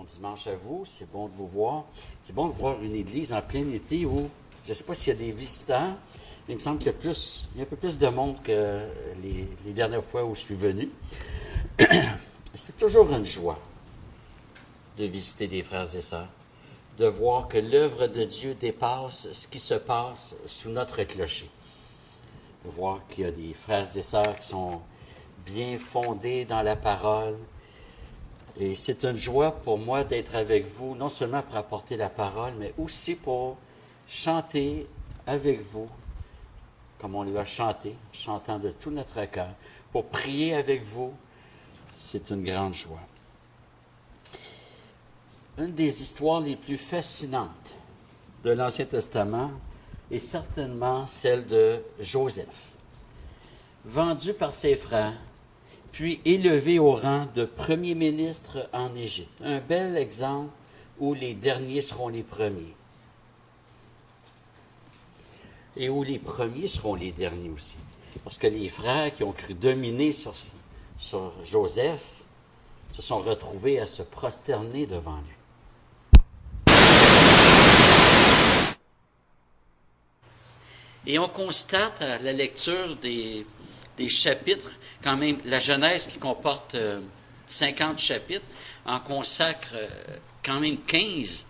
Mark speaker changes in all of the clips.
Speaker 1: Bon dimanche à vous, c'est bon de vous voir. C'est bon de voir une église en plein été où, je ne sais pas s'il y a des visiteurs, mais il me semble qu'il y a un peu plus de monde que les dernières fois où je suis venu. C'est toujours une joie de visiter des frères et sœurs, de voir que l'œuvre de Dieu dépasse ce qui se passe sous notre clocher. De voir qu'il y a des frères et sœurs qui sont bien fondés dans la parole. Et c'est une joie pour moi d'être avec vous, non seulement pour apporter la parole, mais aussi pour chanter avec vous, comme on l'a chanté, chantant de tout notre cœur, pour prier avec vous. C'est une grande joie. Une des histoires les plus fascinantes de l'Ancien Testament est certainement celle de Joseph, vendu par ses frères, puis élevé au rang de premier ministre en Égypte. Un bel exemple où les derniers seront les premiers. Et où les premiers seront les derniers aussi. Parce que les frères qui ont cru dominer sur Joseph se sont retrouvés à se prosterner devant lui. Et on constate à la lecture des chapitres, quand même, la Genèse qui comporte 50 chapitres, en consacre quand même 15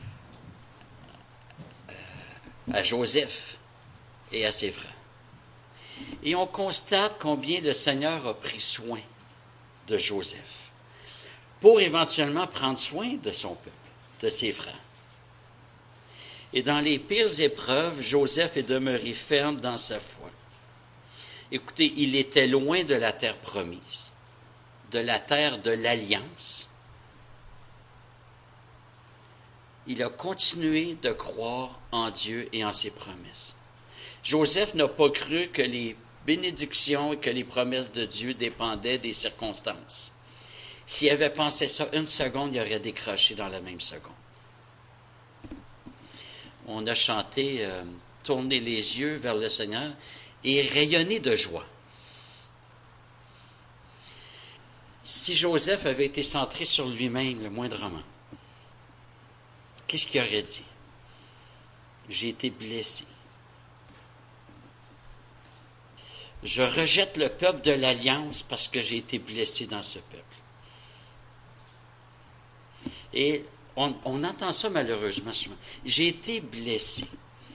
Speaker 1: à Joseph et à ses frères. Et on constate combien le Seigneur a pris soin de Joseph pour éventuellement prendre soin de son peuple, de ses frères. Et dans les pires épreuves, Joseph est demeuré ferme dans sa foi. Écoutez, il était loin de la terre promise, de la terre de l'alliance. Il a continué de croire en Dieu et en ses promesses. Joseph n'a pas cru que les bénédictions et que les promesses de Dieu dépendaient des circonstances. S'il avait pensé ça une seconde, il aurait décroché dans la même seconde. On a chanté « Tourner les yeux vers le Seigneur » et rayonner de joie. Si Joseph avait été centré sur lui-même le moindrement, qu'est-ce qu'il aurait dit? J'ai été blessé. Je rejette le peuple de l'Alliance parce que j'ai été blessé dans ce peuple. Et on entend ça malheureusement souvent. J'ai été blessé.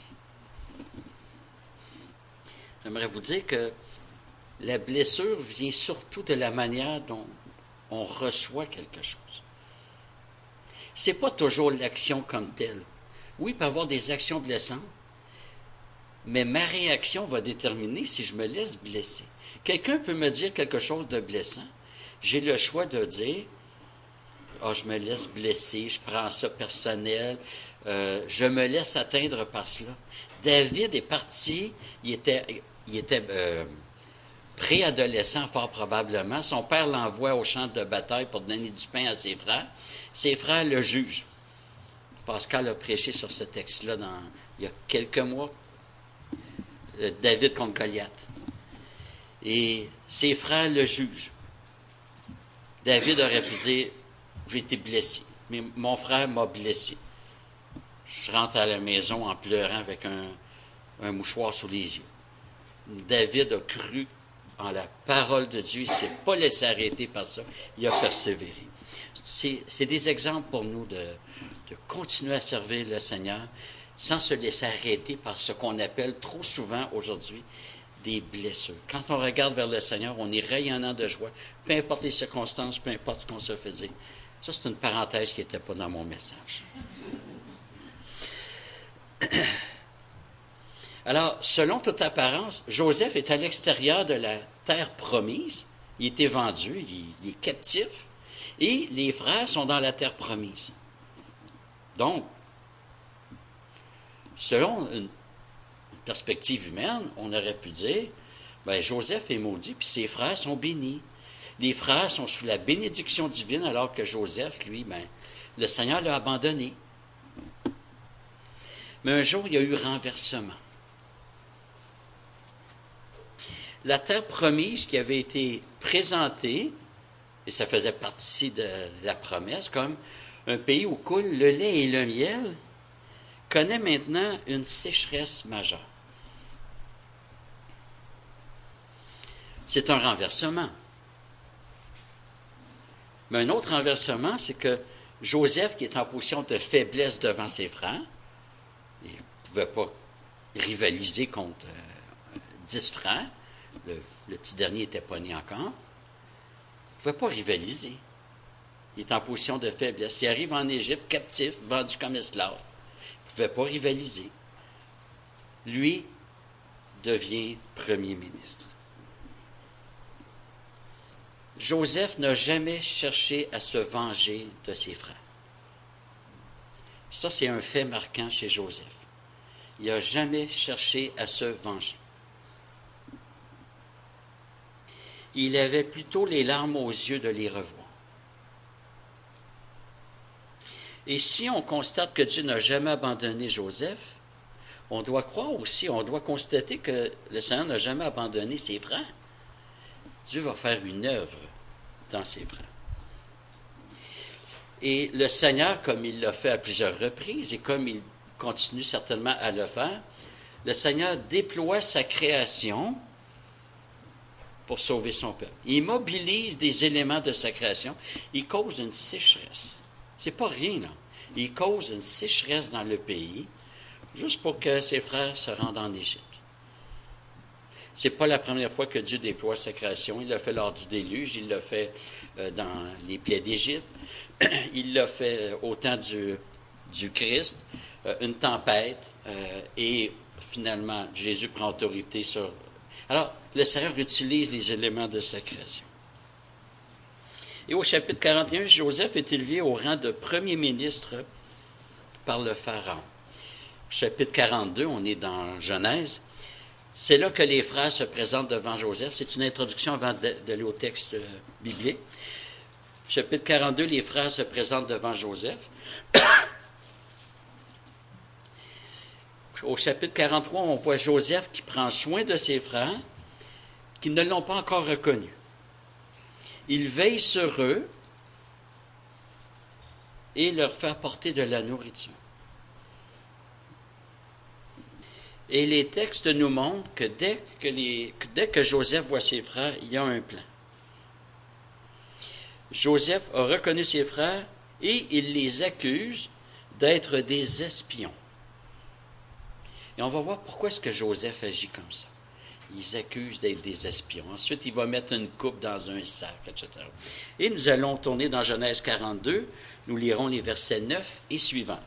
Speaker 1: J'aimerais vous dire que la blessure vient surtout de la manière dont on reçoit quelque chose. C'est pas toujours l'action comme telle. Oui, il peut y avoir des actions blessantes, mais ma réaction va déterminer si je me laisse blesser. Quelqu'un peut me dire quelque chose de blessant. J'ai le choix de dire « Ah, je me laisse blesser, je prends ça personnel, je me laisse atteindre par cela. » David est parti, il était préadolescent fort probablement. Son père l'envoie au champ de bataille pour donner du pain à ses frères. Ses frères le jugent. Pascal a prêché sur ce texte-là il y a quelques mois. David contre Goliath. Et ses frères le jugent. David aurait pu dire « J'ai été blessé, mais mon frère m'a blessé. » Je rentre à la maison en pleurant avec un mouchoir sous les yeux. David a cru en la parole de Dieu. Il ne s'est pas laissé arrêter par ça. Il a persévéré. C'est des exemples pour nous de continuer à servir le Seigneur sans se laisser arrêter par ce qu'on appelle trop souvent aujourd'hui des blessures. Quand on regarde vers le Seigneur, on est rayonnant de joie, peu importe les circonstances, peu importe ce qu'on se fait dire. Ça, c'est une parenthèse qui n'était pas dans mon message. Alors, selon toute apparence, Joseph est à l'extérieur de la terre promise. Il était vendu, il est captif. Et les frères sont dans la terre promise. Donc, selon une perspective humaine, on aurait pu dire, Joseph est maudit, puis ses frères sont bénis. Les frères sont sous la bénédiction divine, alors que Joseph, lui, le Seigneur l'a abandonné. Mais un jour, il y a eu renversement. La terre promise qui avait été présentée, et ça faisait partie de la promesse, comme un pays où coule le lait et le miel, connaît maintenant une sécheresse majeure. C'est un renversement. Mais un autre renversement, c'est que Joseph, qui est en position de faiblesse devant ses frères, il ne pouvait pas rivaliser contre 10 frères, le petit dernier n'était pas né encore, il ne pouvait pas rivaliser. Il est en position de faiblesse. Il arrive en Égypte, captif, vendu comme esclave. Il ne pouvait pas rivaliser. Lui devient premier ministre. Joseph n'a jamais cherché à se venger de ses frères. Ça, c'est un fait marquant chez Joseph. Il n'a jamais cherché à se venger. Il avait plutôt les larmes aux yeux de les revoir. Et si on constate que Dieu n'a jamais abandonné Joseph, on doit croire aussi, on doit constater que le Seigneur n'a jamais abandonné ses frères. Dieu va faire une œuvre dans ses frères. Et le Seigneur, comme il l'a fait à plusieurs reprises, et comme il continue certainement à le faire, le Seigneur déploie sa création pour sauver son peuple. Il mobilise des éléments de sa création. Il cause une sécheresse. C'est pas rien, là. Il cause une sécheresse dans le pays, juste pour que ses frères se rendent en Égypte. C'est pas la première fois que Dieu déploie sa création. Il l'a fait lors du déluge, il l'a fait dans les pieds d'Égypte, il l'a fait au temps du Christ, une tempête, et finalement, Jésus prend autorité sur... Alors, le Seigneur utilise les éléments de sa création. Et au chapitre 41, Joseph est élevé au rang de premier ministre par le Pharaon. Au chapitre 42, on est dans Genèse. C'est là que les frères se présentent devant Joseph. C'est une introduction avant d'aller au texte biblique. Chapitre 42, les frères se présentent devant Joseph. Au chapitre 43, on voit Joseph qui prend soin de ses frères qui ne l'ont pas encore reconnu. Il veille sur eux et leur fait apporter de la nourriture. Et les textes nous montrent que dès que Joseph voit ses frères, il y a un plan. Joseph a reconnu ses frères et il les accuse d'être des espions. Et on va voir pourquoi est-ce que Joseph agit comme ça. Ils accusent d'être des espions. Ensuite, il va mettre une coupe dans un sac, etc. Et nous allons tourner dans Genèse 42. Nous lirons les versets 9 et suivants.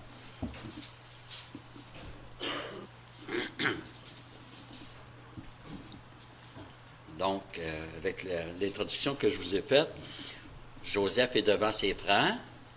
Speaker 1: Donc, avec l'introduction que je vous ai faite, Joseph est devant ses frères.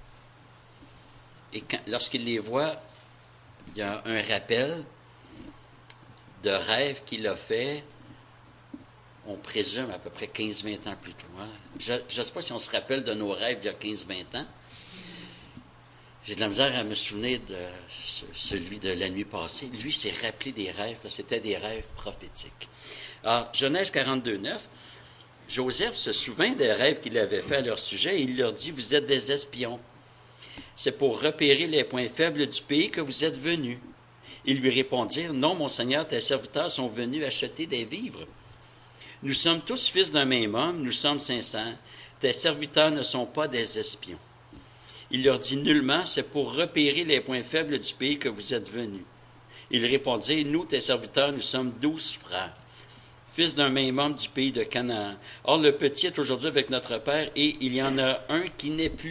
Speaker 1: Et lorsqu'il les voit, il y a un rappel de rêve qu'il a fait, on présume à peu près 15-20 ans plus tôt. Hein? Je ne sais pas si on se rappelle de nos rêves d'il y a 15-20 ans. J'ai de la misère à me souvenir de celui de la nuit passée. Lui s'est rappelé des rêves, parce que c'était des rêves prophétiques. Alors, Genèse 42, 9, Joseph se souvint des rêves qu'il avait faits à leur sujet et il leur dit, « Vous êtes des espions. C'est pour repérer les points faibles du pays que vous êtes venus. » Ils lui répondirent, « Non, mon Seigneur, tes serviteurs sont venus acheter des vivres. Nous sommes tous fils d'un même homme, nous sommes sincères. Tes serviteurs ne sont pas des espions. » Il leur dit, « Nullement, c'est pour repérer les points faibles du pays que vous êtes venus. » Ils répondirent, « Nous, tes serviteurs, nous sommes 12 frères, fils d'un même homme du pays de Canaan. Or, le petit est aujourd'hui avec notre père, et il y en a un qui n'est plus. »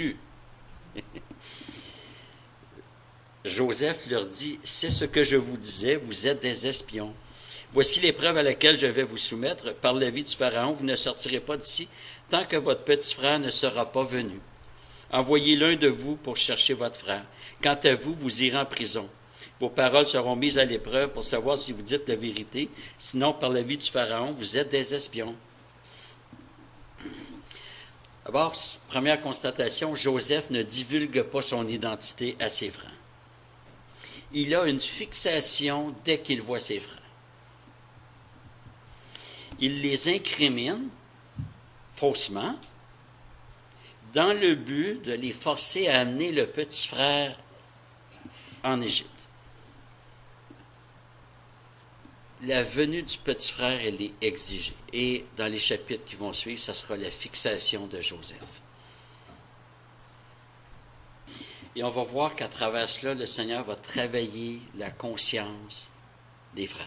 Speaker 1: Joseph leur dit, « C'est ce que je vous disais, vous êtes des espions. Voici l'épreuve à laquelle je vais vous soumettre. Par l'avis du Pharaon, vous ne sortirez pas d'ici tant que votre petit frère ne sera pas venu. Envoyez l'un de vous pour chercher votre frère. Quant à vous, vous irez en prison. Vos paroles seront mises à l'épreuve pour savoir si vous dites la vérité. Sinon, par l'avis du Pharaon, vous êtes des espions. » D'abord, première constatation, Joseph ne divulgue pas son identité à ses frères. Il a une fixation dès qu'il voit ses frères. Il les incrimine faussement, dans le but de les forcer à amener le petit frère en Égypte. La venue du petit frère, elle est exigée. Et dans les chapitres qui vont suivre, ça sera la fixation de Joseph. Et on va voir qu'à travers cela, le Seigneur va travailler la conscience des frères.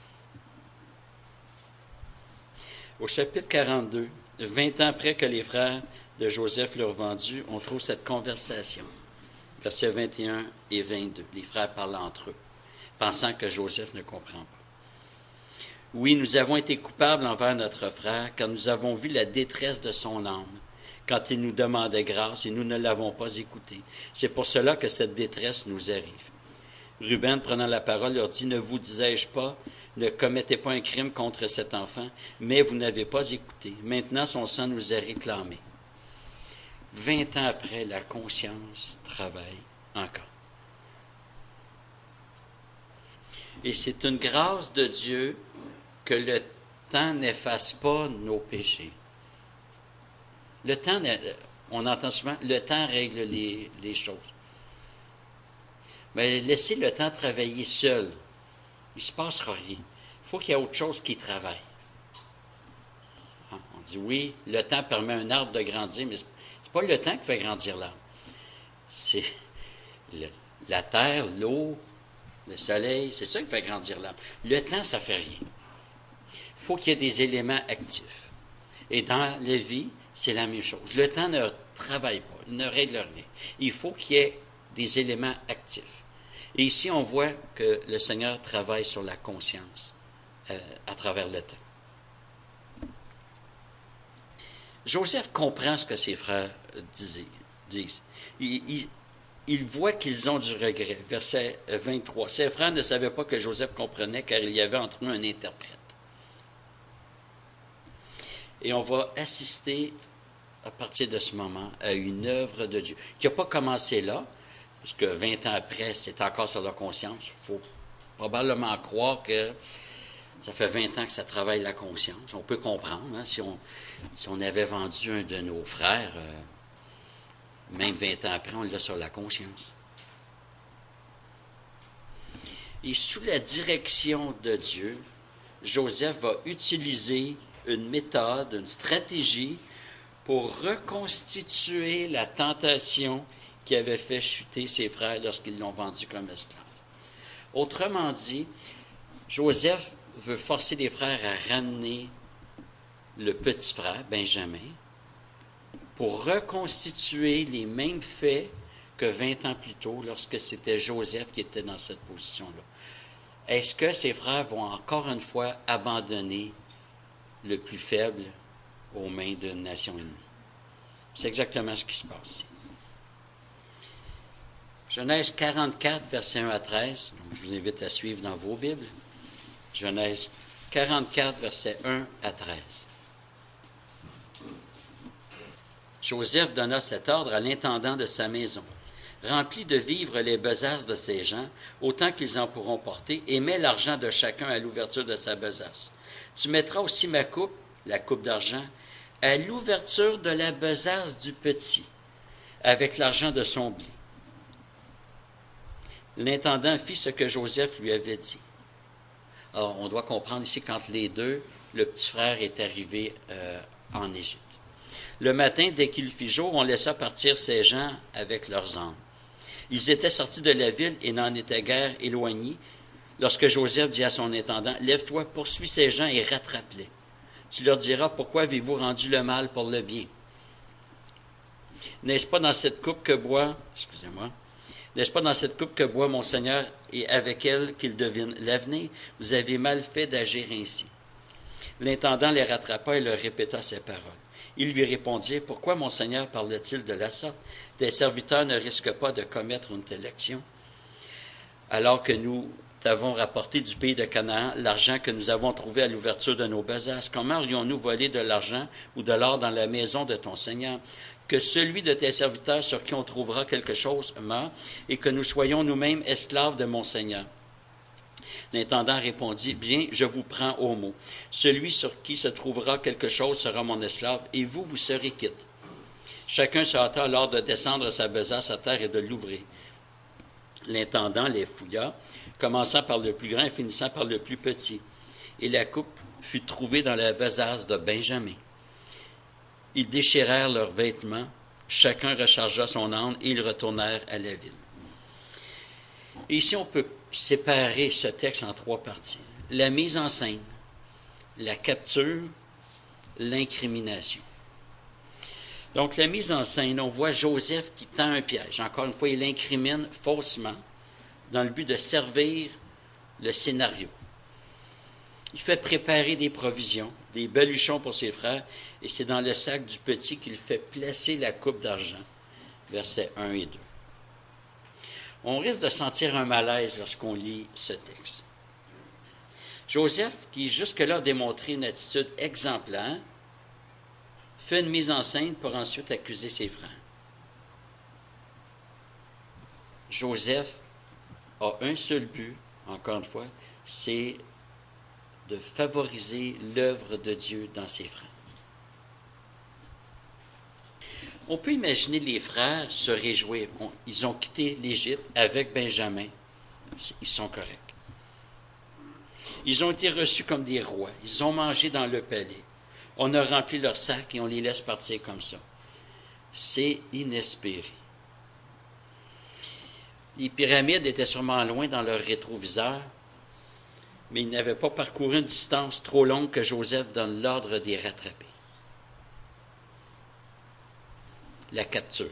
Speaker 1: Au chapitre 42, 20 ans après que les frères de Joseph l'eurent vendu, on trouve cette conversation. Versets 21 et 22. Les frères parlent entre eux, pensant que Joseph ne comprend pas. Oui, nous avons été coupables envers notre frère, car nous avons vu la détresse de son âme, quand il nous demandait grâce, et nous ne l'avons pas écouté. C'est pour cela que cette détresse nous arrive. Ruben, prenant la parole, leur dit, « Ne vous disais-je pas, ne commettez pas un crime contre cet enfant, mais vous n'avez pas écouté. Maintenant, son sang nous est réclamé. » 20 ans après, la conscience travaille encore. Et c'est une grâce de Dieu que le temps n'efface pas nos péchés. Le temps, on entend souvent, le temps règle les choses. Mais laissez le temps travailler seul. Il ne se passera rien. Il faut qu'il y ait autre chose qui travaille. On dit oui, le temps permet à un arbre de grandir, mais ce n'est pas le temps qui fait grandir l'arbre. C'est la terre, l'eau, le soleil, c'est ça qui fait grandir l'arbre. Le temps, ça ne fait rien. Il faut qu'il y ait des éléments actifs. Et dans la vie, c'est la même chose. Le temps ne travaille pas, il ne règle rien. Il faut qu'il y ait des éléments actifs. Et ici, on voit que le Seigneur travaille sur la conscience à travers le temps. Joseph comprend ce que ses frères disent. Il voit qu'ils ont du regret. Verset 23. Ses frères ne savaient pas que Joseph comprenait, car il y avait entre eux un interprète. Et on va assister, à partir de ce moment, à une œuvre de Dieu, qui n'a pas commencé là, parce que 20 ans après, c'est encore sur leur conscience. Il faut probablement croire que ça fait 20 ans que ça travaille la conscience. On peut comprendre, hein, si on avait vendu un de nos frères, même 20 ans après, on l'a sur la conscience. Et sous la direction de Dieu, Joseph va utiliser une méthode, une stratégie pour reconstituer la tentation qui avait fait chuter ses frères lorsqu'ils l'ont vendu comme esclave. Autrement dit, Joseph veut forcer les frères à ramener le petit frère, Benjamin, pour reconstituer les mêmes faits que 20 ans plus tôt, lorsque c'était Joseph qui était dans cette position-là. Est-ce que ses frères vont encore une fois abandonner le plus faible aux mains d'une nation ennemie? C'est exactement ce qui se passe ici. Genèse 44, versets 1 à 13. Donc, je vous invite à suivre dans vos Bibles. Genèse 44, versets 1 à 13. Joseph donna cet ordre à l'intendant de sa maison. Remplis de vivres les besaces de ces gens, autant qu'ils en pourront porter, et mets l'argent de chacun à l'ouverture de sa besace. Tu mettras aussi ma coupe, la coupe d'argent, à l'ouverture de la besace du petit, avec l'argent de son blé. L'intendant fit ce que Joseph lui avait dit. Alors, on doit comprendre ici qu'entre les deux, le petit frère est arrivé en Égypte. Le matin, dès qu'il fit jour, on laissa partir ces gens avec leurs ânes. Ils étaient sortis de la ville et n'en étaient guère éloignés, lorsque Joseph dit à son intendant, « Lève-toi, poursuis ces gens et rattrape-les. Tu leur diras, pourquoi avez-vous rendu le mal pour le bien? N'est-ce pas dans cette coupe que boit, n'est-ce pas dans cette coupe que boit mon Seigneur et avec elle qu'il devine l'avenir? Vous avez mal fait d'agir ainsi. » L'intendant les rattrapa et leur répéta ces paroles. Ils lui répondirent, « Pourquoi mon Seigneur parle-t-il de la sorte? Tes serviteurs ne risquent pas de commettre une telle action. Alors que nous t'avons rapporté du pays de Canaan l'argent que nous avons trouvé à l'ouverture de nos besaces, comment aurions-nous volé de l'argent ou de l'or dans la maison de ton Seigneur? Que celui de tes serviteurs sur qui on trouvera quelque chose meure, et que nous soyons nous-mêmes esclaves de mon Seigneur. » L'intendant répondit, « Bien, je vous prends au mot. Celui sur qui se trouvera quelque chose sera mon esclave, et vous serez quitte. » Chacun se hâta alors de descendre sa besace à terre et de l'ouvrir. L'intendant les fouilla, commençant par le plus grand et finissant par le plus petit. Et la coupe fut trouvée dans la besace de Benjamin. Ils déchirèrent leurs vêtements, chacun rechargea son âne et ils retournèrent à la ville. Et ici, on peut séparer ce texte en 3 parties. La mise en scène, la capture, l'incrimination. Donc, la mise en scène, on voit Joseph qui tend un piège. Encore une fois, il l'incrimine faussement dans le but de servir le scénario. Il fait préparer des provisions, des baluchons pour ses frères, et c'est dans le sac du petit qu'il fait placer la coupe d'argent. Versets 1 et 2. On risque de sentir un malaise lorsqu'on lit ce texte. Joseph, qui jusque-là a démontré une attitude exemplaire, fait une mise en scène pour ensuite accuser ses frères. Joseph a un seul but, encore une fois, c'est de favoriser l'œuvre de Dieu dans ses frères. On peut imaginer les frères se réjouir. Ils ont quitté l'Égypte avec Benjamin. Ils sont corrects. Ils ont été reçus comme des rois. Ils ont mangé dans le palais. On a rempli leur sac et on les laisse partir comme ça. C'est inespéré. Les pyramides étaient sûrement loin dans leur rétroviseur, mais ils n'avaient pas parcouru une distance trop longue que Joseph donne l'ordre d'y rattraper. La capture.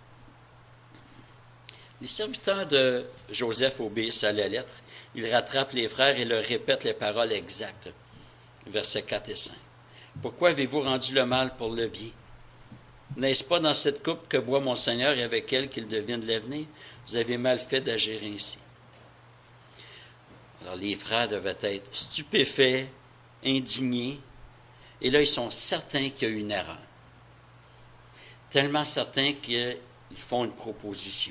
Speaker 1: Les serviteurs de Joseph obéissent à la lettre. Ils rattrapent les frères et leur répètent les paroles exactes. Versets 4 et 5. Pourquoi avez-vous rendu le mal pour le bien? N'est-ce pas dans cette coupe que boit mon Seigneur et avec elle qu'il devine l'avenir? Vous avez mal fait d'agir ainsi. Alors les frères devaient être stupéfaits, indignés, et là ils sont certains qu'il y a eu une erreur. Tellement certains qu'ils font une proposition.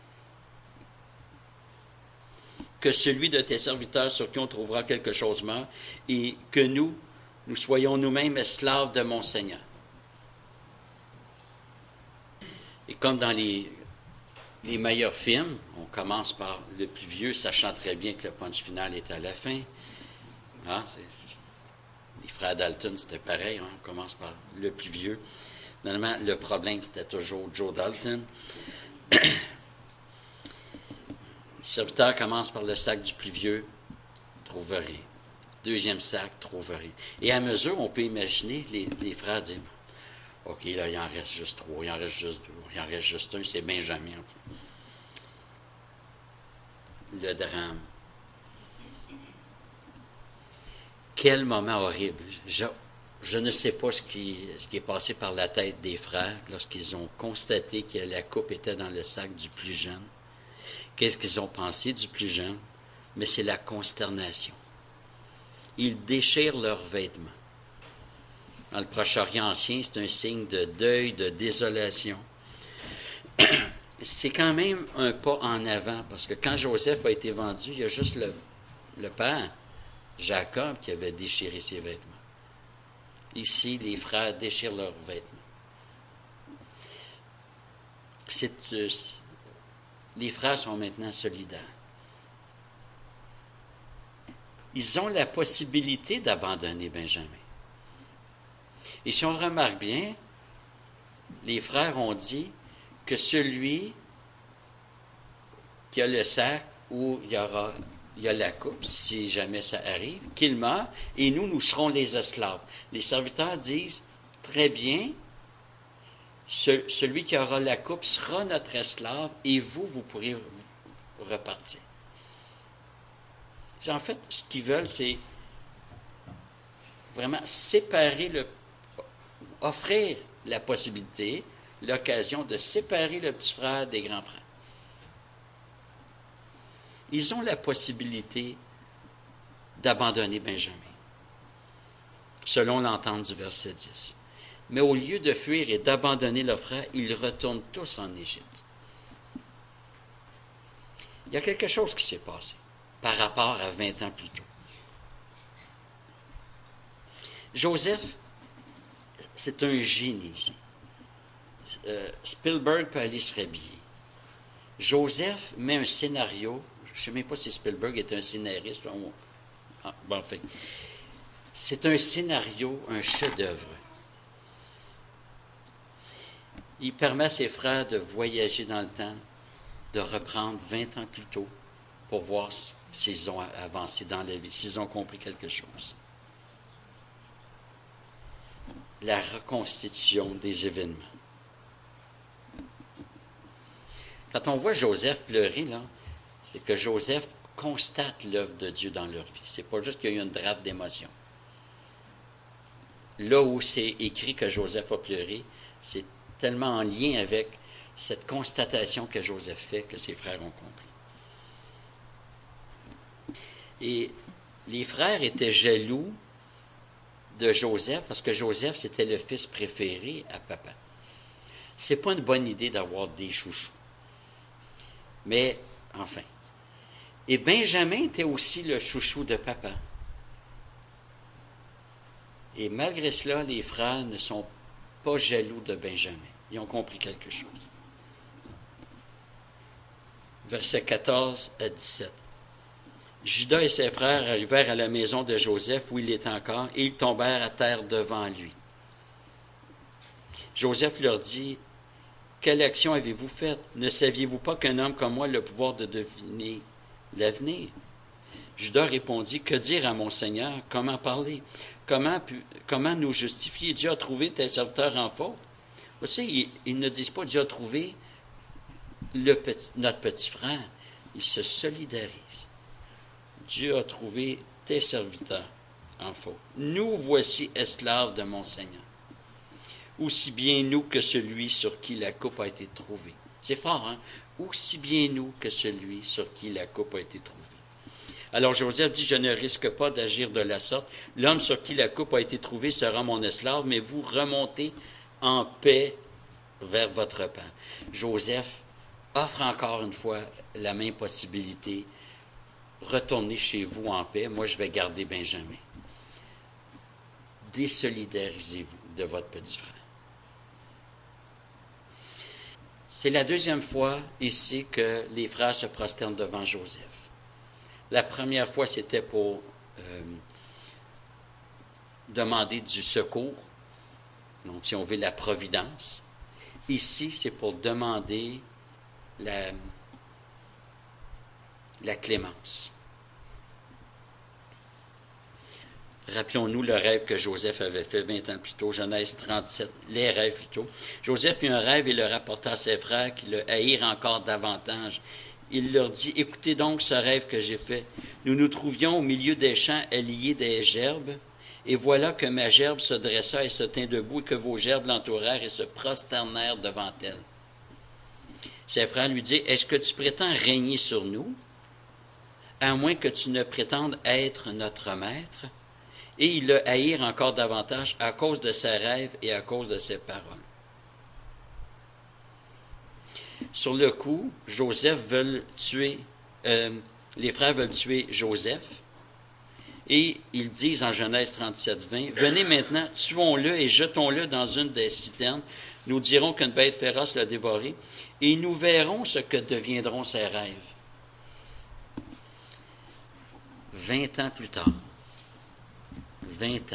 Speaker 1: Que celui de tes serviteurs sur qui on trouvera quelque chose meure, et que nous soyons nous-mêmes esclaves de mon Seigneur. Et comme dans les meilleurs films, on commence par le plus vieux, sachant très bien que le punch final est à la fin. Hein? Les frères Dalton, c'était pareil, hein? On commence par le plus vieux. Normalement, le problème, c'était toujours Joe Dalton. Le serviteur commence par le sac du plus vieux, trouve rien. Deuxième sac, trouve rien. Et à mesure, on peut imaginer les frères dire, OK, là, il en reste juste 3, il en reste juste 2, il en reste juste un, c'est Benjamin. Le drame. Quel moment horrible. Je ne sais pas ce qui est passé par la tête des frères lorsqu'ils ont constaté que la coupe était dans le sac du plus jeune. Qu'est-ce qu'ils ont pensé du plus jeune? Mais c'est la consternation. Ils déchirent leurs vêtements. Dans le Proche-Orient ancien, c'est un signe de deuil, de désolation. C'est quand même un pas en avant, parce que quand Joseph a été vendu, il y a juste le père, Jacob, qui avait déchiré ses vêtements. Ici, les frères déchirent leurs vêtements. Les frères sont maintenant solidaires. Ils ont la possibilité d'abandonner Benjamin. Et si on remarque bien, les frères ont dit que celui qui a le sac où il y a la coupe, si jamais ça arrive, qu'il meurt, et nous serons les esclaves. Les serviteurs disent, très bien, celui qui aura la coupe sera notre esclave, et vous pourrez repartir. En fait, ce qu'ils veulent, c'est vraiment offrir la possibilité, l'occasion de séparer le petit frère des grands frères. Ils ont la possibilité d'abandonner Benjamin, selon l'entente du verset 10. Mais au lieu de fuir et d'abandonner leurs frères, ils retournent tous en Égypte. Il y a quelque chose qui s'est passé par rapport à 20 ans plus tôt. Joseph, c'est un génie ici. Spielberg peut aller se rhabiller. Joseph met un scénario. Je ne sais même pas si Spielberg est un scénariste. Enfin, c'est un scénario, un chef-d'œuvre. Il permet à ses frères de voyager dans le temps, de reprendre 20 ans plus tôt pour voir s'ils ont avancé dans la vie, s'ils ont compris quelque chose. La reconstitution des événements. Quand on voit Joseph pleurer, là, c'est que Joseph constate l'œuvre de Dieu dans leur vie. C'est pas juste qu'il y a eu une drave d'émotion. Là où c'est écrit que Joseph a pleuré, c'est tellement en lien avec cette constatation que Joseph fait que ses frères ont compris. Et les frères étaient jaloux de Joseph parce que Joseph, c'était le fils préféré à papa. C'est pas une bonne idée d'avoir des chouchous. Mais, enfin. Et Benjamin était aussi le chouchou de papa. Et malgré cela, les frères ne sont pas jaloux de Benjamin. Ils ont compris quelque chose. Versets 14 à 17. Judas et ses frères arrivèrent à la maison de Joseph où il était encore, et ils tombèrent à terre devant lui. Joseph leur dit, « Quelle action avez-vous faite? Ne saviez-vous pas qu'un homme comme moi a le pouvoir de deviner l'avenir? » Judas répondit, « Que dire à mon Seigneur? Comment parler? Comment nous justifier? Dieu a trouvé tes serviteurs en faute. » Vous savez, ils ne disent pas « Dieu a trouvé notre petit frère ». Ils se solidarisent. Dieu a trouvé tes serviteurs en faute. Nous voici esclaves de mon Seigneur. Aussi bien nous que celui sur qui la coupe a été trouvée. C'est fort, hein? Aussi bien nous que celui sur qui la coupe a été trouvée. Alors Joseph dit, je ne risque pas d'agir de la sorte. L'homme sur qui la coupe a été trouvée sera mon esclave, mais vous remontez en paix vers votre père. Joseph offre encore une fois la même possibilité. Retournez chez vous en paix. Moi, je vais garder Benjamin. Désolidarisez-vous de votre petit frère. C'est la deuxième fois ici que les frères se prosternent devant Joseph. La première fois, c'était pour demander du secours, donc si on veut la providence. Ici, c'est pour demander la clémence. Rappelons-nous le rêve que Joseph avait fait 20 ans plus tôt, Genèse 37, les rêves plutôt. Joseph eut un rêve et le rapporta à ses frères qui le haïrent encore davantage. Il leur dit, écoutez donc ce rêve que j'ai fait. Nous nous trouvions au milieu des champs à lier des gerbes, et voilà que ma gerbe se dressa et se tint debout, et que vos gerbes l'entourèrent et se prosternèrent devant elle. Ses frères lui dirent, est-ce que tu prétends régner sur nous, à moins que tu ne prétendes être notre maître? Et ils le haïrent encore davantage à cause de ses rêves et à cause de ses paroles. Sur le coup, les frères veulent tuer Joseph, et ils disent en Genèse 37, 20, « Venez maintenant, tuons-le et jetons-le dans une des citernes. Nous dirons qu'une bête féroce l'a dévoré, et nous verrons ce que deviendront ses rêves. » 20 ans plus tard. 20 ans.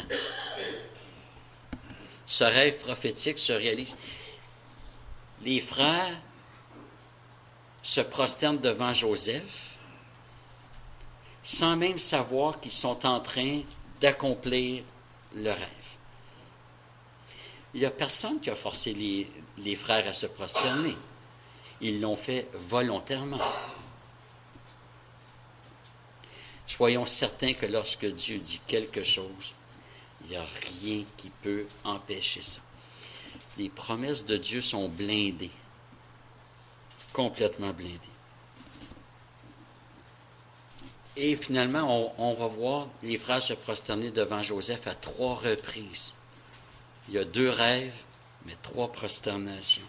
Speaker 1: Ce rêve prophétique se réalise. Les frères se prosternent devant Joseph sans même savoir qu'ils sont en train d'accomplir le rêve. Il n'y a personne qui a forcé les frères à se prosterner. Ils l'ont fait volontairement. Soyons certains que lorsque Dieu dit quelque chose, il n'y a rien qui peut empêcher ça. Les promesses de Dieu sont blindées, complètement blindées. Et finalement, on va voir les frères se prosterner devant Joseph à 3 reprises. Il y a 2 rêves, mais 3 prosternations.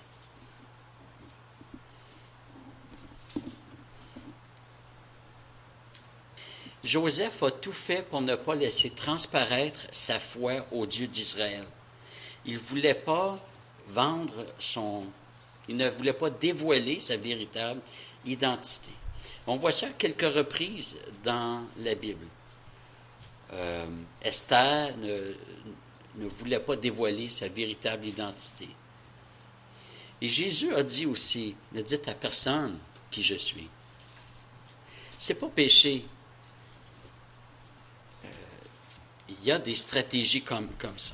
Speaker 1: Joseph a tout fait pour ne pas laisser transparaître sa foi au Dieu d'Israël. Il ne voulait pas il ne voulait pas dévoiler sa véritable identité. On voit ça à quelques reprises dans la Bible. Esther ne voulait pas dévoiler sa véritable identité. Et Jésus a dit aussi, ne dites à personne qui je suis. C'est pas péché. Il y a des stratégies comme ça.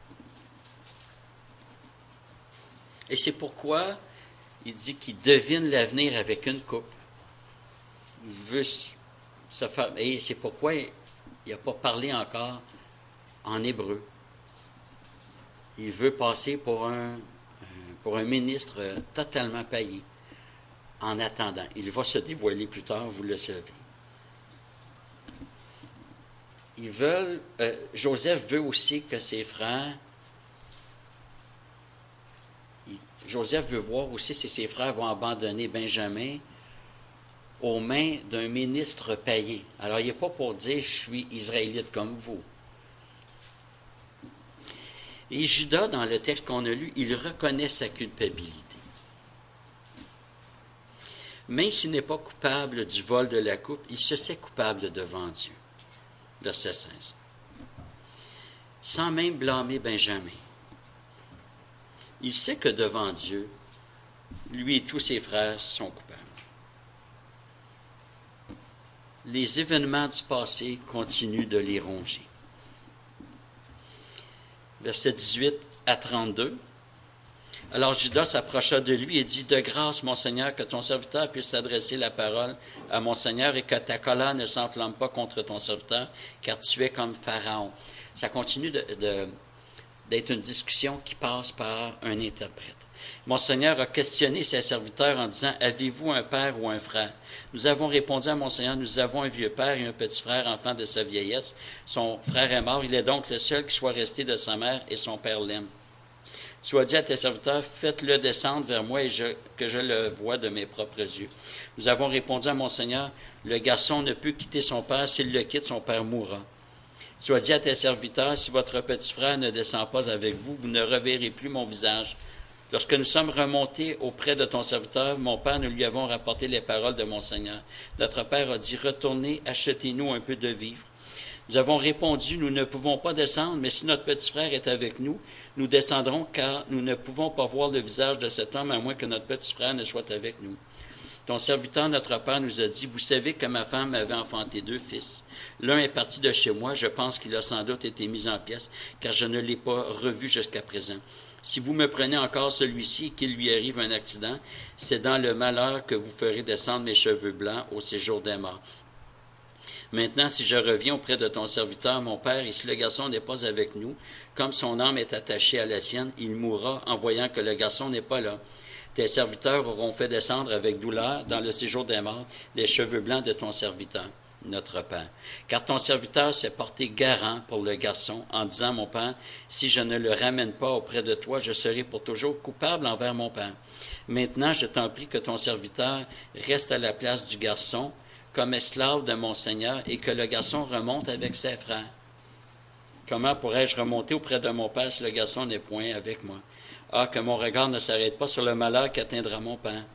Speaker 1: Et c'est pourquoi il dit qu'il devine l'avenir avec une coupe. Il veut se faire... Et c'est pourquoi il n'a pas parlé encore en hébreu. Il veut passer pour un ministre totalement païen. En attendant, il va se dévoiler plus tard, vous le savez. Joseph veut aussi que ses frères... Joseph veut voir aussi si ses frères vont abandonner Benjamin aux mains d'un ministre païen. Alors, il n'est pas pour dire « je suis israélite comme vous ». Et Judas, dans le texte qu'on a lu, il reconnaît sa culpabilité. Même s'il n'est pas coupable du vol de la coupe, il se sait coupable devant Dieu. Verset 16. Sans même blâmer Benjamin. Il sait que devant Dieu, lui et tous ses frères sont coupables. Les événements du passé continuent de les ronger. Versets 18 à 32. Alors Judas s'approcha de lui et dit, « De grâce, mon Seigneur, que ton serviteur puisse s'adresser la parole à mon Seigneur et que ta colère ne s'enflamme pas contre ton serviteur, car tu es comme Pharaon. » Ça continue d'être une discussion qui passe par un interprète. Mon Seigneur a questionné ses serviteurs en disant, « Avez-vous un père ou un frère? » Nous avons répondu à mon Seigneur, « Nous avons un vieux père et un petit frère, enfant de sa vieillesse. Son frère est mort, il est donc le seul qui soit resté de sa mère et son père l'aime. Tu as dit à tes serviteurs, faites-le descendre vers moi et que je le voie de mes propres yeux. Nous avons répondu à mon Seigneur, le garçon ne peut quitter son père, s'il le quitte, son père mourra. Tu as dit à tes serviteurs, si votre petit frère ne descend pas avec vous, vous ne reverrez plus mon visage. Lorsque nous sommes remontés auprès de ton serviteur, mon père, nous lui avons rapporté les paroles de mon Seigneur. Notre père a dit, retournez, achetez-nous un peu de vivres. Nous avons répondu, nous ne pouvons pas descendre, mais si notre petit frère est avec nous, nous descendrons, car nous ne pouvons pas voir le visage de cet homme, à moins que notre petit frère ne soit avec nous. Ton serviteur, notre père, nous a dit, vous savez que ma femme avait enfanté 2 fils. L'un est parti de chez moi, je pense qu'il a sans doute été mis en pièces, car je ne l'ai pas revu jusqu'à présent. Si vous me prenez encore celui-ci et qu'il lui arrive un accident, c'est dans le malheur que vous ferez descendre mes cheveux blancs au séjour des morts. Maintenant, si je reviens auprès de ton serviteur, mon père, et si le garçon n'est pas avec nous, comme son âme est attachée à la sienne, il mourra en voyant que le garçon n'est pas là. Tes serviteurs auront fait descendre avec douleur, dans le séjour des morts, les cheveux blancs de ton serviteur, notre père. Car ton serviteur s'est porté garant pour le garçon, en disant, mon père, si je ne le ramène pas auprès de toi, je serai pour toujours coupable envers mon père. Maintenant, je t'en prie que ton serviteur reste à la place du garçon, comme esclave de mon Seigneur, et que le garçon remonte avec ses frères. Comment pourrais-je remonter auprès de mon père si le garçon n'est point avec moi? Ah, que mon regard ne s'arrête pas sur le malheur qu'atteindra mon père.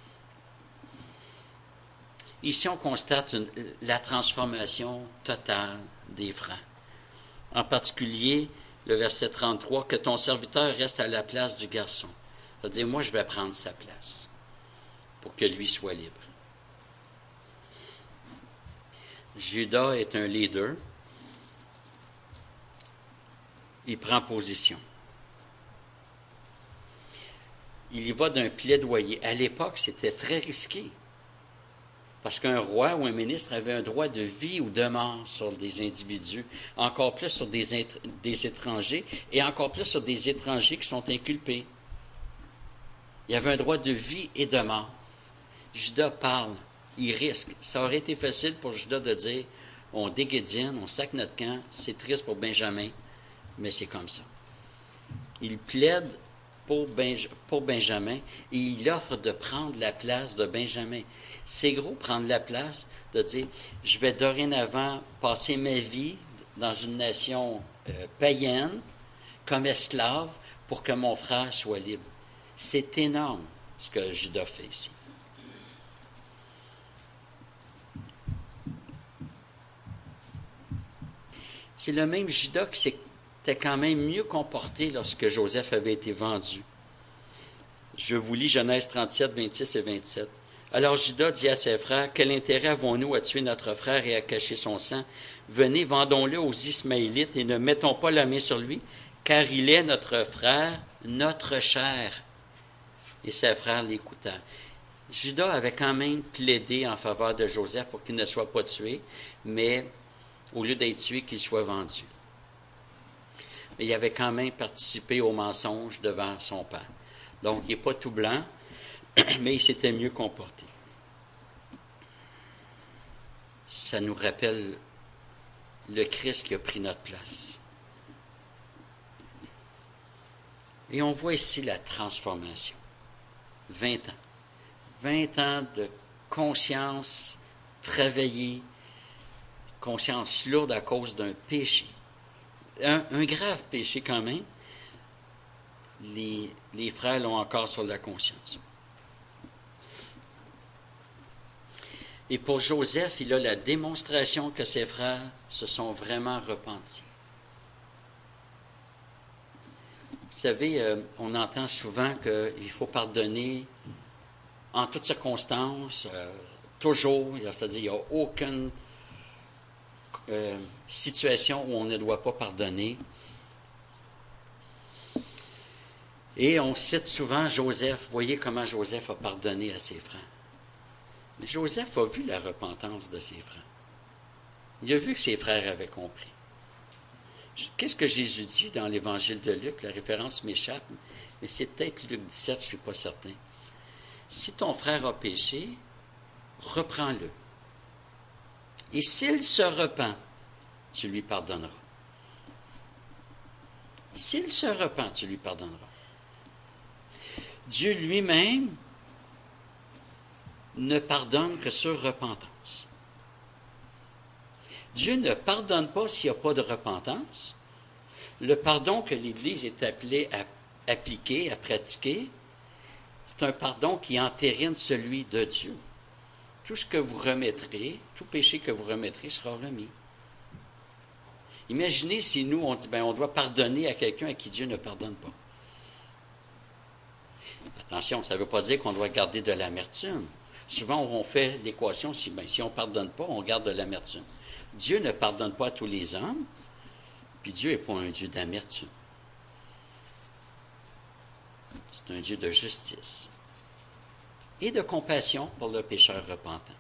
Speaker 1: Ici, on constate la transformation totale des frères. En particulier, le verset 33, que ton serviteur reste à la place du garçon. C'est-à-dire, moi, je vais prendre sa place pour que lui soit libre. Judas est un leader. Il prend position. Il y va d'un plaidoyer. À l'époque, c'était très risqué. Parce qu'un roi ou un ministre avait un droit de vie ou de mort sur des individus, encore plus sur des étrangers, et encore plus sur des étrangers qui sont inculpés. Il y avait un droit de vie et de mort. Judas parle, il risque. Ça aurait été facile pour Judas de dire, on déguédine, on sac notre camp, c'est triste pour Benjamin, mais c'est comme ça. Il plaide pour Benjamin et il offre de prendre la place de Benjamin. C'est gros, prendre la place, de dire, je vais dorénavant passer ma vie dans une nation païenne, comme esclave pour que mon frère soit libre. C'est énorme ce que Judas fait ici. C'est le même Judas qui s'était quand même mieux comporté lorsque Joseph avait été vendu. Je vous lis Genèse 37, 26 et 27. Alors Judas dit à ses frères, « Quel intérêt avons-nous à tuer notre frère et à cacher son sang? Venez, vendons-le aux Ismaélites et ne mettons pas la main sur lui, car il est notre frère, notre chair. » Et ses frères l'écoutèrent. Judas avait quand même plaidé en faveur de Joseph pour qu'il ne soit pas tué, mais au lieu d'être tué, qu'il soit vendu. Mais il avait quand même participé au mensonge devant son père. Donc, il n'est pas tout blanc, mais il s'était mieux comporté. Ça nous rappelle le Christ qui a pris notre place. Et on voit ici la transformation. 20 ans. 20 ans de conscience travaillée, conscience lourde à cause d'un péché. Un grave péché quand même. Les frères l'ont encore sur la conscience. Et pour Joseph, il a la démonstration que ses frères se sont vraiment repentis. Vous savez, on entend souvent qu'il faut pardonner en toutes circonstances, toujours, c'est-à-dire qu'il n'y a aucune situation où on ne doit pas pardonner. Et on cite souvent Joseph. Voyez comment Joseph a pardonné à ses frères. Mais Joseph a vu la repentance de ses frères. Il a vu que ses frères avaient compris. Qu'est-ce que Jésus dit dans l'évangile de Luc? La référence m'échappe, mais c'est peut-être Luc 17, je ne suis pas certain. Si ton frère a péché, reprends-le. Et s'il se repent, tu lui pardonneras. S'il se repent, tu lui pardonneras. Dieu lui-même ne pardonne que sur repentance. Dieu ne pardonne pas s'il n'y a pas de repentance. Le pardon que l'Église est appelée à appliquer, à pratiquer, c'est un pardon qui entérine celui de Dieu. Tout ce que vous remettrez, tout péché que vous remettrez sera remis. Imaginez si nous, on dit, on doit pardonner à quelqu'un à qui Dieu ne pardonne pas. Attention, ça ne veut pas dire qu'on doit garder de l'amertume. Souvent, on fait l'équation, si on ne pardonne pas, on garde de l'amertume. Dieu ne pardonne pas à tous les hommes, puis Dieu n'est pas un Dieu d'amertume. C'est un Dieu de justice et de compassion pour le pécheur repentant.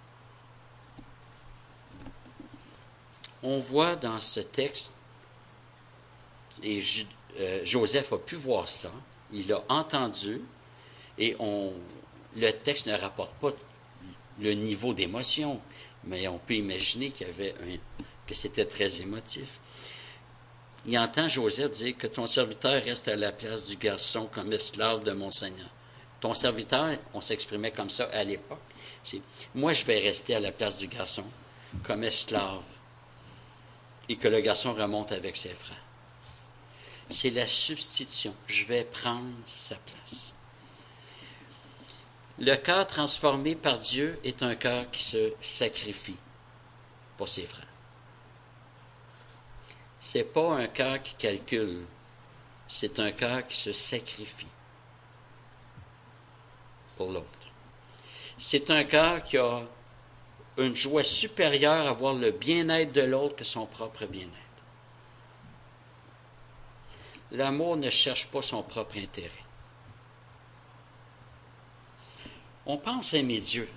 Speaker 1: On voit dans ce texte, et Joseph a pu voir ça, il a entendu, et le texte ne rapporte pas le niveau d'émotion, mais on peut imaginer que c'était très émotif. Il entend Joseph dire que ton serviteur reste à la place du garçon comme esclave de mon Seigneur. Ton serviteur, on s'exprimait comme ça à l'époque. C'est, moi, je vais rester à la place du garçon comme esclave et que le garçon remonte avec ses frères. C'est la substitution. Je vais prendre sa place. Le cœur transformé par Dieu est un cœur qui se sacrifie pour ses frères. Ce n'est pas un cœur qui calcule, c'est un cœur qui se sacrifie pour l'autre. C'est un cœur qui a une joie supérieure à voir le bien-être de l'autre que son propre bien-être. L'amour ne cherche pas son propre intérêt. On pense aimer Dieu.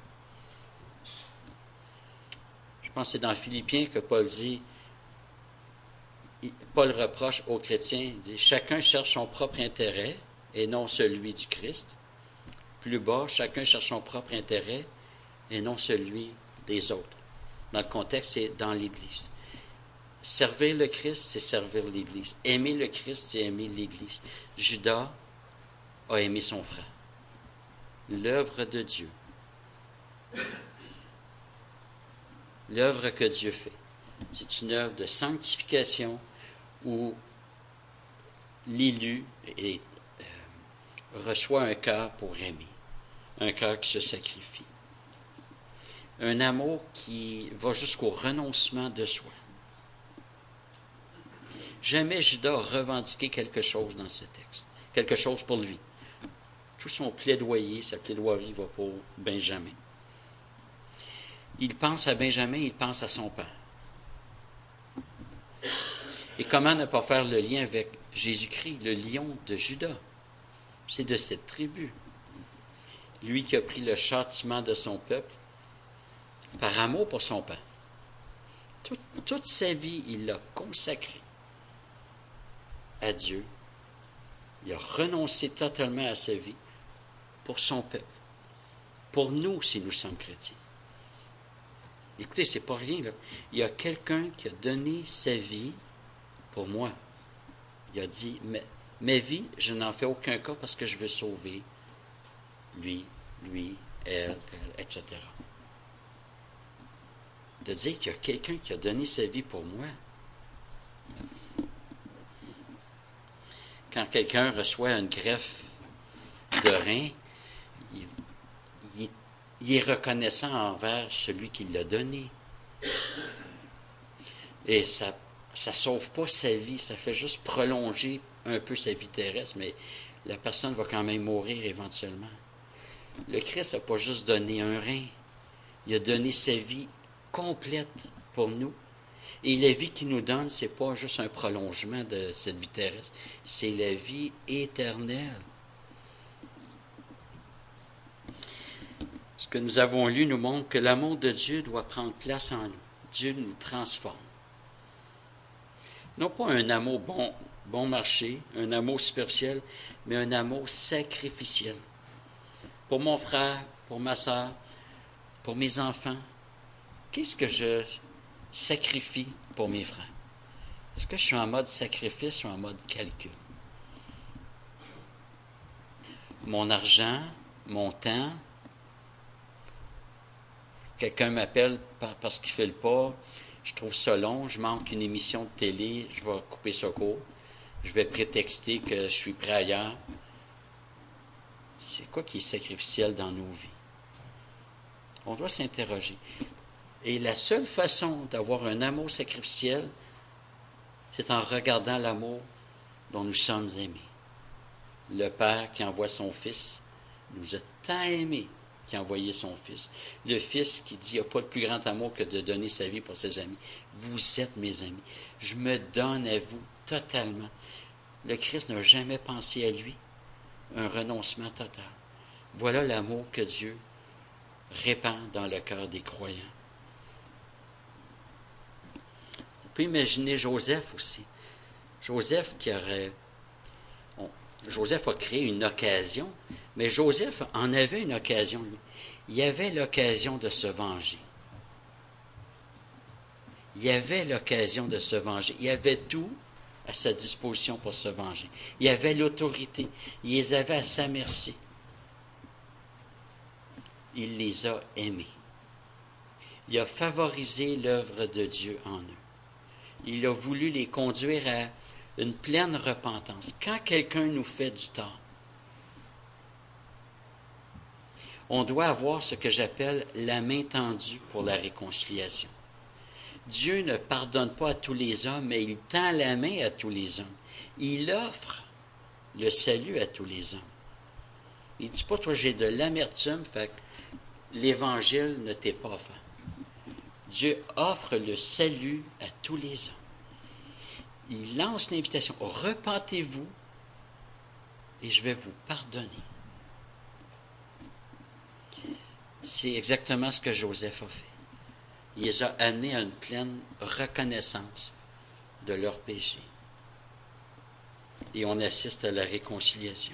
Speaker 1: Je pense que c'est dans Philippiens que Paul reproche aux chrétiens, il dit, chacun cherche son propre intérêt et non celui du Christ. Plus bas, chacun cherche son propre intérêt et non celui des autres. Dans le contexte, c'est dans l'Église. Servir le Christ, c'est servir l'Église. Aimer le Christ, c'est aimer l'Église. Judas a aimé son frère. L'œuvre de Dieu. L'œuvre que Dieu fait. C'est une œuvre de sanctification où l'élu reçoit un cœur pour aimer, un cœur qui se sacrifie, un amour qui va jusqu'au renoncement de soi. Jamais Judas a revendiqué quelque chose dans ce texte, quelque chose pour lui. Tout son plaidoyer, sa plaidoirie va pour Benjamin. Il pense à Benjamin, il pense à son père. Et comment ne pas faire le lien avec Jésus-Christ, le lion de Juda? C'est de cette tribu. Lui qui a pris le châtiment de son peuple par amour pour son père. Toute sa vie, il l'a consacrée à Dieu. Il a renoncé totalement à sa vie pour son peuple. Pour nous, si nous sommes chrétiens. Écoutez, c'est pas rien, là. Il y a quelqu'un qui a donné sa vie pour moi. Il a dit, ma vie, je n'en fais aucun cas parce que je veux sauver lui, elle, etc. De dire qu'il y a quelqu'un qui a donné sa vie pour moi. Quand quelqu'un reçoit une greffe de rein, il est reconnaissant envers celui qui l'a donné. Et ça ne sauve pas sa vie, ça fait juste prolonger un peu sa vie terrestre, mais la personne va quand même mourir éventuellement. Le Christ n'a pas juste donné un rein, il a donné sa vie complète pour nous. Et la vie qu'il nous donne, ce n'est pas juste un prolongement de cette vie terrestre, c'est la vie éternelle. Ce que nous avons lu nous montre que l'amour de Dieu doit prendre place en nous. Dieu nous transforme. Non pas un amour bon marché, un amour superficiel, mais un amour sacrificiel. Pour mon frère, pour ma sœur, pour mes enfants, qu'est-ce que je sacrifie pour mes frères? Est-ce que je suis en mode sacrifice ou en mode calcul? Mon argent, mon temps, quelqu'un m'appelle parce qu'il ne file pas, je trouve ça long, je manque une émission de télé, je vais couper ça court, je vais prétexter que je suis prêt ailleurs. C'est quoi qui est sacrificiel dans nos vies? On doit s'interroger. Et la seule façon d'avoir un amour sacrificiel, c'est en regardant l'amour dont nous sommes aimés. Le Père qui envoie son Fils nous a tant aimés qui a envoyé son Fils. Le Fils qui dit, il n'y a pas de plus grand amour que de donner sa vie pour ses amis. Vous êtes mes amis. Je me donne à vous totalement. Le Christ n'a jamais pensé à lui. Un renoncement total. Voilà l'amour que Dieu répand dans le cœur des croyants. On peut imaginer Joseph aussi. Joseph a créé une occasion, mais Joseph en avait une occasion, lui. Il avait l'occasion de se venger. Il avait l'occasion de se venger. Il avait tout à sa disposition pour se venger. Il avait l'autorité. Il les avait à sa merci. Il les a aimés. Il a favorisé l'œuvre de Dieu en eux. Il a voulu les conduire à une pleine repentance. Quand quelqu'un nous fait du tort, on doit avoir ce que j'appelle la main tendue pour la réconciliation. Dieu ne pardonne pas à tous les hommes, mais il tend la main à tous les hommes. Il offre le salut à tous les hommes. Il ne dit pas, toi, j'ai de l'amertume, fait que l'Évangile ne t'est pas offert. Dieu offre le salut à tous les hommes. Il lance l'invitation, repentez-vous et je vais vous pardonner. C'est exactement ce que Joseph a fait. Il les a amenés à une pleine reconnaissance de leurs péchés. Et on assiste à la réconciliation.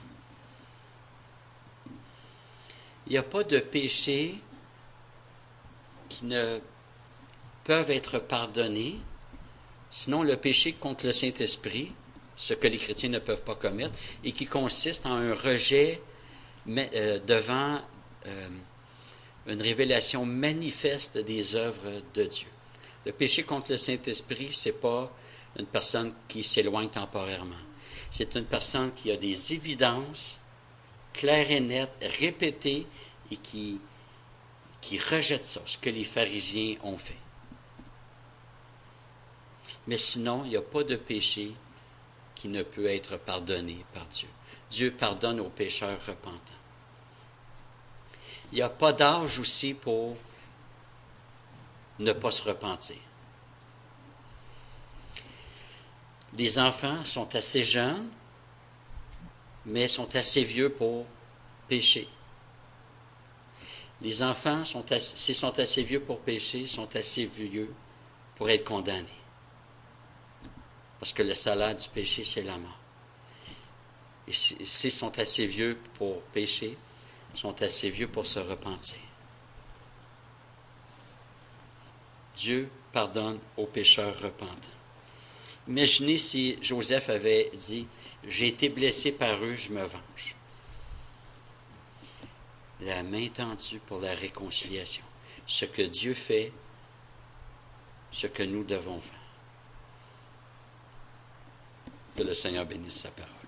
Speaker 1: Il n'y a pas de péchés qui ne peuvent être pardonnés, sinon le péché contre le Saint-Esprit, ce que les chrétiens ne peuvent pas commettre, et qui consiste en un rejet devant une révélation manifeste des œuvres de Dieu. Le péché contre le Saint-Esprit, ce n'est pas une personne qui s'éloigne temporairement. C'est une personne qui a des évidences claires et nettes, répétées, et qui rejette ça, ce que les pharisiens ont fait. Mais sinon, il n'y a pas de péché qui ne peut être pardonné par Dieu. Dieu pardonne aux pécheurs repentants. Il n'y a pas d'âge aussi pour ne pas se repentir. Les enfants sont assez jeunes, mais sont assez vieux pour pécher. Les enfants, s'ils sont assez vieux pour pécher, sont assez vieux pour être condamnés. Parce que le salaire du péché, c'est la mort. Et s'ils sont assez vieux pour pécher, sont assez vieux pour se repentir. Dieu pardonne aux pécheurs repentants. Imaginez si Joseph avait dit « J'ai été blessé par eux, je me venge ». La main tendue pour la réconciliation. Ce que Dieu fait, ce que nous devons faire. Que le Seigneur bénisse sa parole.